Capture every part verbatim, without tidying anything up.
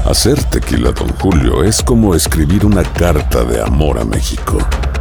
Hacer tequila Don Julio es como escribir una carta de amor a México.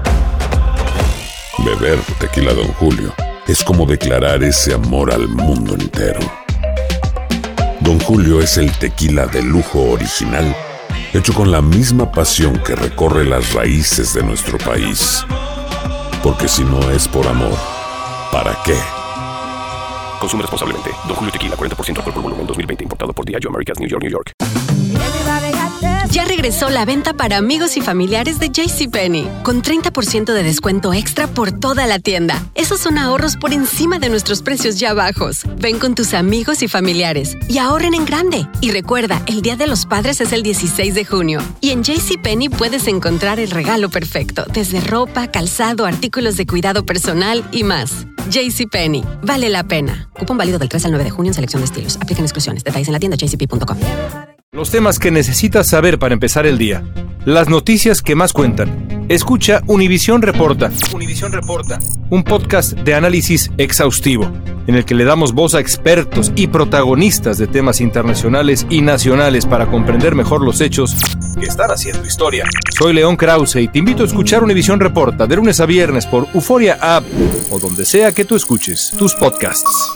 Beber tequila Don Julio es como declarar ese amor al mundo entero. Don Julio es el tequila de lujo original, hecho con la misma pasión que recorre las raíces de nuestro país. Porque si no es por amor, ¿para qué? Consume responsablemente. Don Julio Tequila, cuarenta por ciento alcohol por volumen, dos mil veinte, importado por Diageo Americas, New York, New York. Ya regresó la venta para amigos y familiares de JCPenney, con treinta por ciento de descuento extra por toda la tienda. Esos son ahorros por encima de nuestros precios ya bajos. Ven con tus amigos y familiares y ahorren en grande. Y recuerda, el Día de los Padres es el dieciséis de junio. Y en JCPenney puedes encontrar el regalo perfecto, desde ropa, calzado, artículos de cuidado personal y más. JCPenney, vale la pena. Cupón válido del tres al nueve de junio en selección de estilos. Aplican exclusiones. Detalles en la tienda jcp punto com. Los temas que necesitas saber para empezar el día. Las noticias que más cuentan. Escucha Univisión Reporta. Univisión Reporta. Un podcast de análisis exhaustivo, en el que le damos voz a expertos y protagonistas de temas internacionales y nacionales para comprender mejor los hechos que están haciendo historia. Soy León Krause y te invito a escuchar Univisión Reporta de lunes a viernes por Euforia App o donde sea que tú escuches tus podcasts.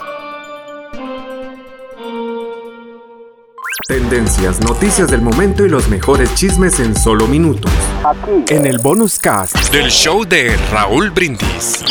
Tendencias, noticias del momento y los mejores chismes en solo minutos. Aquí, en el Bonus Cast del show de Raúl Brindis.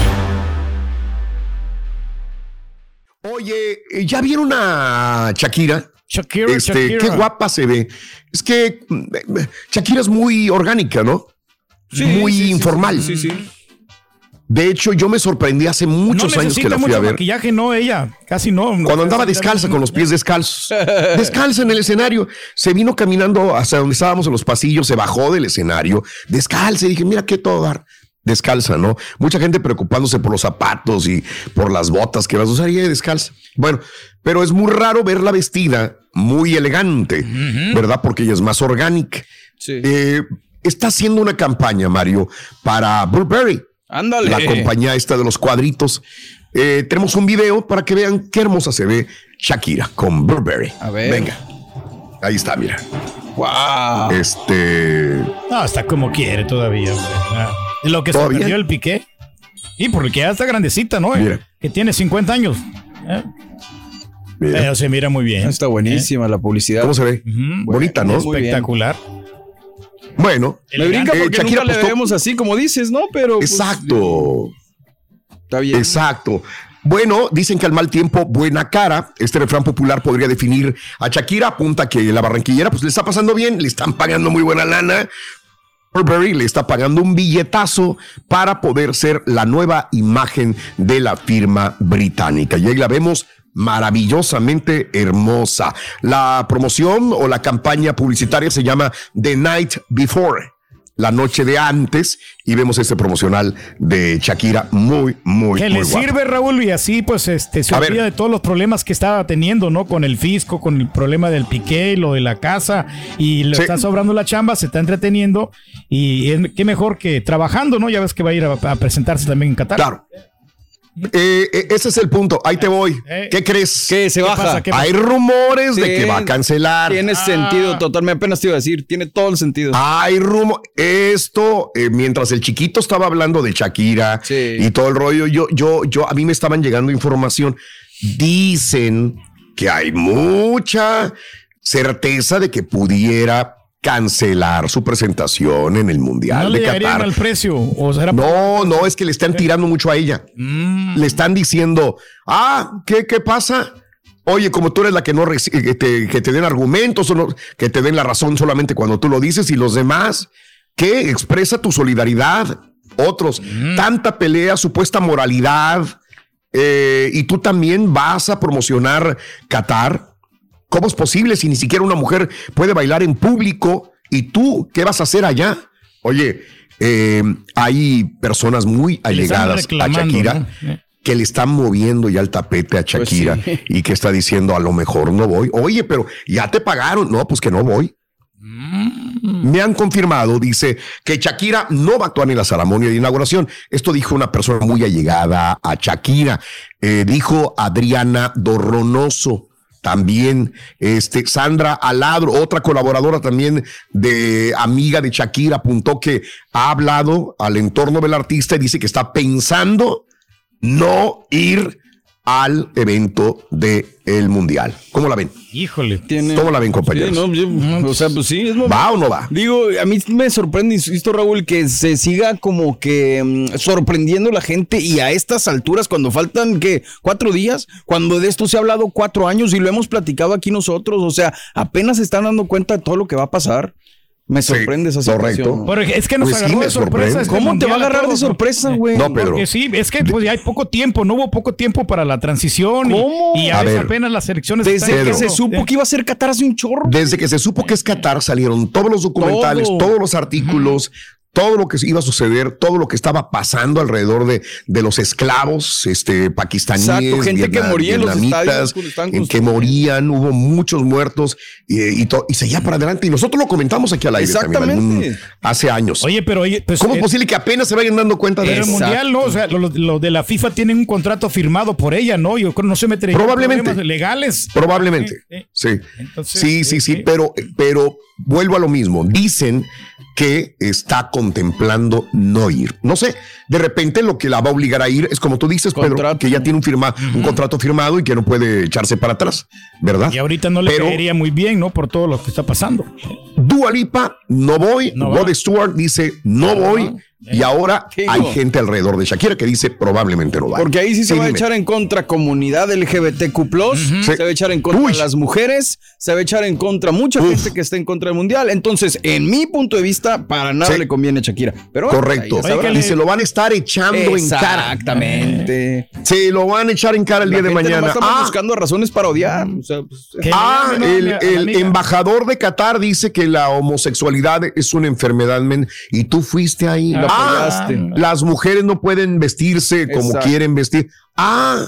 Oye, ¿ya vieron a Shakira? Shakira, este, Shakira. Qué guapa se ve. Es que Shakira es muy orgánica, ¿no? Sí, muy sí, informal. Sí, sí, sí. De hecho, yo me sorprendí hace muchos no años que la fui a ver. Maquillaje, no, ella, casi no. Cuando andaba descalza, con los pies descalzos. Descalza en el escenario. Se vino caminando hasta donde estábamos en los pasillos, se bajó del escenario, descalza. Y dije, mira qué todo dar. Descalza, ¿no? Mucha gente preocupándose por los zapatos y por las botas que vas a usar y ella descalza. Bueno, pero es muy raro verla vestida muy elegante, uh-huh. ¿verdad? Porque ella es más orgánica. Sí. Eh, está haciendo una campaña, Mario, para Burberry. Ándale. La compañía esta de los cuadritos. Eh, tenemos un video para que vean qué hermosa se ve Shakira con Burberry. A ver. Venga. Ahí está, mira. Wow. Este. No, está como quiere todavía. Ah, lo que ¿Todavía? se perdió el Piqué. Y porque ya está grandecita, ¿no? Mira. Que tiene cincuenta años. ¿Eh? Mira. Pero se mira muy bien. Está buenísima ¿Eh? la publicidad. ¿Cómo se ve? Uh-huh. Bonita, ¿no? Espectacular. Bueno. Me brinca porque eh, Shakira nunca le apostó... vemos así como dices, ¿no? Pero Exacto. Pues, está bien. Exacto. Bueno, dicen que al mal tiempo, buena cara. Este refrán popular podría definir a Shakira. Apunta que la barranquillera pues le está pasando bien, le están pagando muy buena lana. Burberry le está pagando un billetazo para poder ser la nueva imagen de la firma británica. Y ahí la vemos maravillosamente hermosa. La promoción o la campaña publicitaria se llama The Night Before, la noche de antes, y vemos este promocional de Shakira muy, muy, que muy le guapa. sirve, Raúl, y así pues este se A olvida ver. de todos los problemas que estaba teniendo, ¿no? Con el fisco, con el problema del Piqué, lo de la casa, y le Sí. está sobrando la chamba, se está entreteniendo, y es, qué mejor que trabajando, ¿no? Ya ves que va a ir a, a presentarse también en Qatar. Claro. Eh, eh, ese es el punto. Ahí te voy. Eh. ¿Qué crees? ¿Qué? Se ¿Qué baja. pasa? ¿Qué pasa? Hay rumores de Sí. que va a cancelar. Tiene Ah. sentido totalmente. Apenas te iba a decir. Tiene todo el sentido. Hay rumor. Esto, eh, mientras el chiquito estaba hablando de Shakira Sí. y todo el rollo, yo, yo, yo, a mí me estaban llegando información. Dicen que hay mucha certeza de que pudiera cancelar su presentación en el Mundial ¿No de le llegarían Qatar. al precio? ¿O será No, no, es que le están tirando mucho a ella. Mm. Le están diciendo, ah, ¿qué, qué pasa? Oye, como tú eres la que no reci- que te, que te den argumentos o no, que te den la razón solamente cuando tú lo dices, y los demás, ¿qué? Expresa tu solidaridad. Otros, Mm. tanta pelea, supuesta moralidad, eh, y tú también vas a promocionar Qatar. ¿Cómo es posible si ni siquiera una mujer puede bailar en público? ¿Y tú qué vas a hacer allá? Oye, eh, hay personas muy Le están allegadas a reclamando, Shakira, ¿no? Eh. que le están moviendo ya el tapete a Shakira, Pues sí. y que está diciendo, a lo mejor no voy. Oye, pero ya te pagaron. No, pues que no voy. Mm. Me han confirmado, dice, que Shakira no va a actuar en la ceremonia de inauguración. Esto dijo una persona muy allegada a Shakira. Eh, dijo Adriana Dorronoso. también este, Sandra Aladro, otra colaboradora también de amiga de Shakira, apuntó que ha hablado al entorno del artista y dice que está pensando no ir al evento del Mundial. ¿Cómo la ven? Híjole. Tiene... ¿Cómo la ven, compañeros? Sí, no, yo, o sea, pues sí. Es muy... ¿Va o no va? Digo, a mí me sorprende, insisto, Raúl, que se siga como que um, sorprendiendo la gente y a estas alturas, cuando faltan, ¿qué? ¿Cuatro días? Cuando de esto se ha hablado cuatro años y lo hemos platicado aquí nosotros, o sea, apenas se están dando cuenta de todo lo que va a pasar. Me sorprende sí, esa situación. Correcto. Pero es que nos pues agarró sí, de sorpresa. Este ¿Cómo te va a agarrar todo, de sorpresa, güey? No, Pedro. Porque sí, es que pues ya hay poco tiempo, no hubo poco tiempo para la transición. ¿Cómo? Y, y a a veces ver, apenas las elecciones. Desde que Pedro. se supo que iba a ser Qatar hace un chorro. Desde que se supo que es Qatar, salieron todos los documentales, Todo. todos los artículos, todo lo que iba a suceder, todo lo que estaba pasando alrededor de, de los esclavos este, pakistaníes, Exacto, gente que vietnam- moría en los vietnamitas, estadios cuando estaban en que construyendo. morían, hubo muchos muertos y, y, to- y seguía para adelante. Y nosotros lo comentamos aquí al aire también, Exactamente. algún- hace años. Oye, pero oye, pues, ¿Cómo es eh, posible que apenas se vayan dando cuenta de pero el eso? mundial, ¿no? O sea, los lo de la FIFA tienen un contrato firmado por ella, ¿no? Yo creo que no se metería Probablemente. en problemas legales. Probablemente. Eh, eh. Sí. Entonces, sí, sí, eh, sí, eh. pero, pero vuelvo a lo mismo. Dicen que está contemplando no ir. No sé, de repente lo que la va a obligar a ir es como tú dices, Pedro, Contrato. que ya tiene un, firma, un contrato firmado y que no puede echarse para atrás, ¿verdad? Y ahorita no le Pero caería muy bien, ¿no? Por todo lo que está pasando. Dua Lipa, no voy. No Rod va. Stewart dice, no voy. Y ahora Digo. hay gente alrededor de Shakira que dice, probablemente no va. Porque ahí sí se va a dime. echar en contra comunidad L G B T Q plus, Sí. se va a echar en contra Uy. de las mujeres, se va a echar en contra mucha Uf. gente que está en contra del mundial. Entonces, en mi punto de vista, para nada Sí. le conviene a Shakira. Pero bueno, Correcto. ahí ya sabrá. Y se lo van a estar echando en cara. Exactamente. Se lo van a echar en cara el La día de gente mañana. nomás estamos Ah, buscando razones para odiar. O sea, pues, Que Ah, le llame, ¿no? el, a la el amiga. embajador de Qatar dice que la homosexualidad es una enfermedad, men, y tú fuiste ahí. Lo Ah, apoyaste. las mujeres no pueden vestirse como Exacto. quieren vestir. Ah,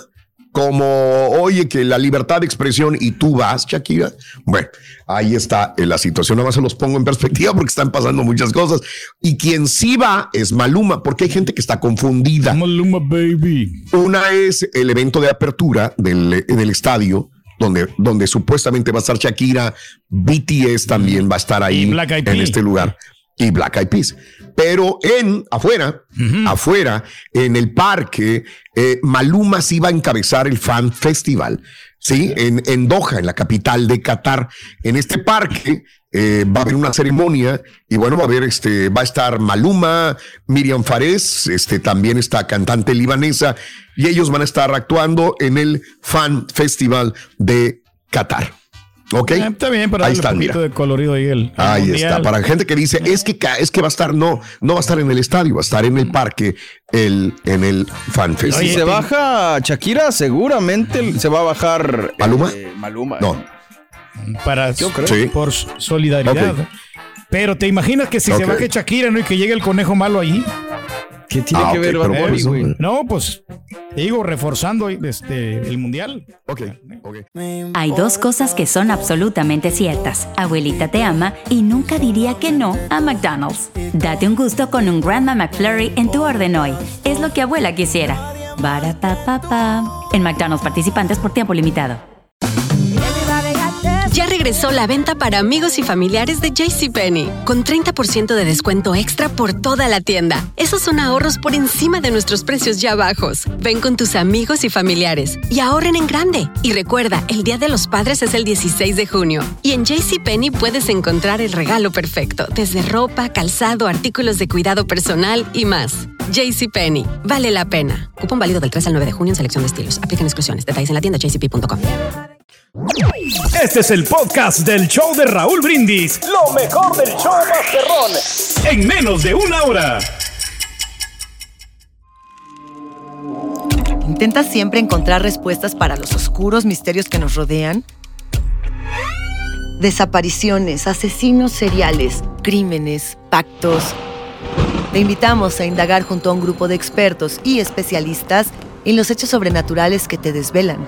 como, oye, que la libertad de expresión y tú vas, Shakira. Bueno, ahí está eh, la situación. Nada más se los pongo en perspectiva porque están pasando muchas cosas. Y quien sí va es Maluma, porque hay gente que está confundida. Maluma, baby. Una es el evento de apertura del, del estadio, donde, donde supuestamente va a estar Shakira, B T S también va a estar ahí Y Black Eyed en Peas. este lugar. Y Black Eyed Peas. Pero en, afuera, afuera, en el parque, eh, Maluma sí va a encabezar el Fan Festival, ¿sí? En, en Doha, en la capital de Qatar. En este parque eh, va a haber una ceremonia y bueno, va a haber este, va a estar Maluma, Miriam Fares, este, también esta cantante libanesa, y ellos van a estar actuando en el Fan Festival de Qatar. ¿Ok? Eh, está bien, para Ahí darle está, un poquito mira. de colorido ahí el, el Ahí mundial. está, para gente que dice, es que, ca- es que va a estar, no, no va a estar en el estadio, va a estar en el parque, el, en el Fan si Festival. se baja Shakira, seguramente se va a bajar eh, ¿Maluma? Maluma. No, Para, Yo creo. Sí. por solidaridad. Ok. Pero te imaginas que si se Ok. baje Shakira, ¿no? Y que llegue el conejo malo ahí. ¿Qué tiene Ah, que ok, ver Bad pero Bunny, pues, güey? No, pues, te digo, reforzando este, el mundial. ok, ok. Hay dos cosas que son absolutamente ciertas. Abuelita te ama y nunca diría que no a McDonald's. Date un gusto con un Grandma McFlurry en tu orden hoy. Es lo que abuela quisiera. Barapapapa. En McDonald's participantes por tiempo limitado. Ya regresó la venta para amigos y familiares de JCPenney, con treinta por ciento de descuento extra por toda la tienda. Esos son ahorros por encima de nuestros precios ya bajos. Ven con tus amigos y familiares y ahorren en grande. Y recuerda, el Día de los Padres es el dieciséis de junio. Y en JCPenney puedes encontrar el regalo perfecto, desde ropa, calzado, artículos de cuidado personal y más. JCPenney, vale la pena. Cupón válido del tres al nueve de junio en selección de estilos. Aplican exclusiones. Detalles en la tienda j c p punto com. Este es el podcast del show de Raúl Brindis. Lo mejor del show Masterrón. En menos de una hora. ¿Intentas siempre encontrar respuestas para los oscuros misterios que nos rodean? Desapariciones, asesinos seriales, crímenes, pactos. Te invitamos a indagar junto a un grupo de expertos y especialistas en los hechos sobrenaturales que te desvelan.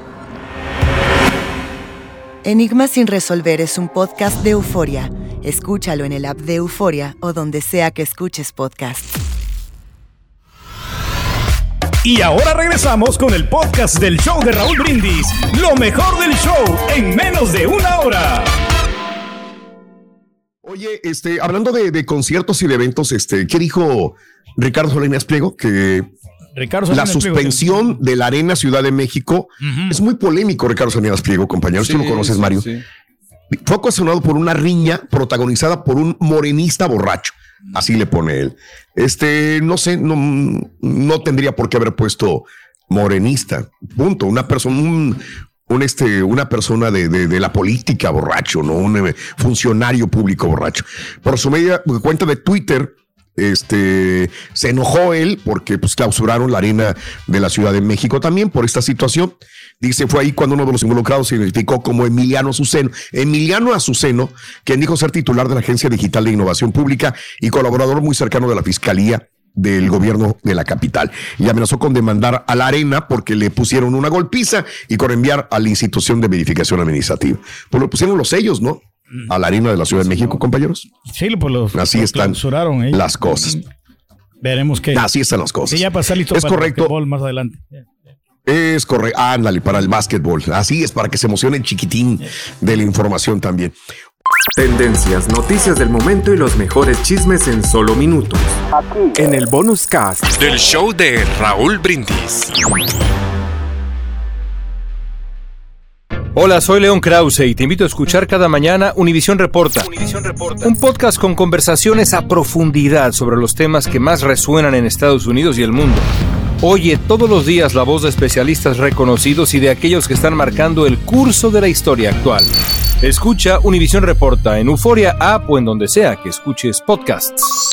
Enigmas sin resolver es un podcast de Euforia. Escúchalo en el app de Euforia o donde sea que escuches podcast. Y ahora regresamos con el podcast del show de Raúl Brindis. Lo mejor del show en menos de una hora. Oye, este, hablando de, de conciertos y de eventos, este, ¿qué dijo Ricardo Salinas Pliego? Que Ricardo la Salinas suspensión Pliego, sí. de la Arena Ciudad de México uh-huh. es muy polémico, Ricardo Salinas Pliego, compañeros. Sí, tú lo conoces, sí, Mario. Sí. Fue ocasionado por una riña protagonizada por un morenista borracho. Así le pone él. Este, no sé, no, no tendría por qué haber puesto morenista. Punto. Una persona, un, un este, una persona de, de, de la política borracho, no un funcionario público borracho. Por su media cuenta de Twitter, este, se enojó él porque pues clausuraron la Arena de la Ciudad de México también por esta situación. Dice, fue ahí cuando uno de los involucrados se identificó como Emiliano Azuceno. Emiliano Azuceno, quien dijo ser titular de la Agencia Digital de Innovación Pública y colaborador muy cercano de la Fiscalía del gobierno de la capital. Y amenazó con demandar a la Arena porque le pusieron una golpiza y con enviar a la institución de verificación administrativa. Pues le pusieron los sellos, ¿no? A la Arena de la Ciudad de México, compañeros. Sí, pues los, así los están ellos. las cosas. Veremos qué. Así están las cosas. Sí, ya pasar listo es para correcto. el fútbol más adelante. Es correcto. Ándale, para el básquetbol. Así es, para que se emocione el chiquitín de la información también. Tendencias, noticias del momento y los mejores chismes en solo minutos. Aquí. En el Bonus Cast del show de Raúl Brindis. Hola, soy León Krause y te invito a escuchar cada mañana Univisión Reporta. Univisión Reporta. Un podcast con conversaciones a profundidad sobre los temas que más resuenan en Estados Unidos y el mundo. Oye todos los días la voz de especialistas reconocidos y de aquellos que están marcando el curso de la historia actual. Escucha Univisión Reporta en Euforia App o en donde sea que escuches podcasts.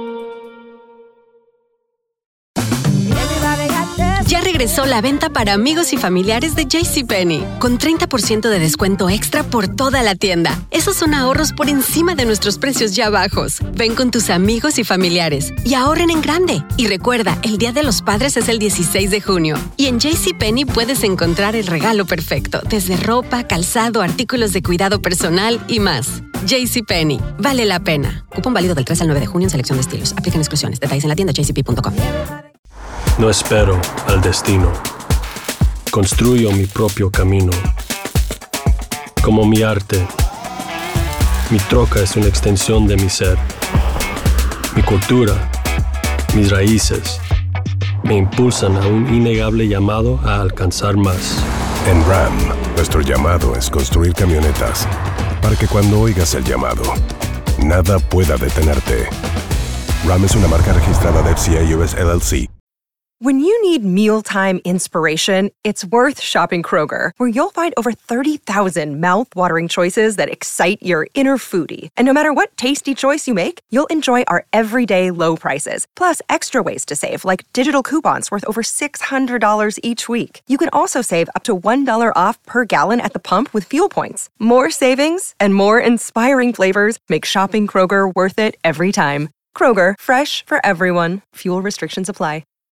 Ya regresó la venta para amigos y familiares de JCPenney, con treinta por ciento de descuento extra por toda la tienda. Esos son ahorros por encima de nuestros precios ya bajos. Ven con tus amigos y familiares y ahorren en grande. Y recuerda, el Día de los Padres es el dieciséis de junio. Y en JCPenney puedes encontrar el regalo perfecto, desde ropa, calzado, artículos de cuidado personal y más. JCPenney, vale la pena. Cupón válido del tres al nueve de junio en selección de estilos. Aplican exclusiones. Detalles en la tienda j c p punto com. No espero al destino. Construyo mi propio camino. Como mi arte, mi troca es una extensión de mi ser. Mi cultura, mis raíces, me impulsan a un innegable llamado a alcanzar más. En Ram, nuestro llamado es construir camionetas para que cuando oigas el llamado, nada pueda detenerte. Ram es una marca registrada de F C A U S L L C. When you need mealtime inspiration, it's worth shopping Kroger, where you'll find over thirty thousand mouth-watering choices that excite your inner foodie. And no matter what tasty choice you make, you'll enjoy our everyday low prices, plus extra ways to save, like digital coupons worth over six hundred dollars each week. You can also save up to one dollar off per gallon at the pump with fuel points. More savings and more inspiring flavors make shopping Kroger worth it every time. Kroger, fresh for everyone. Fuel restrictions apply.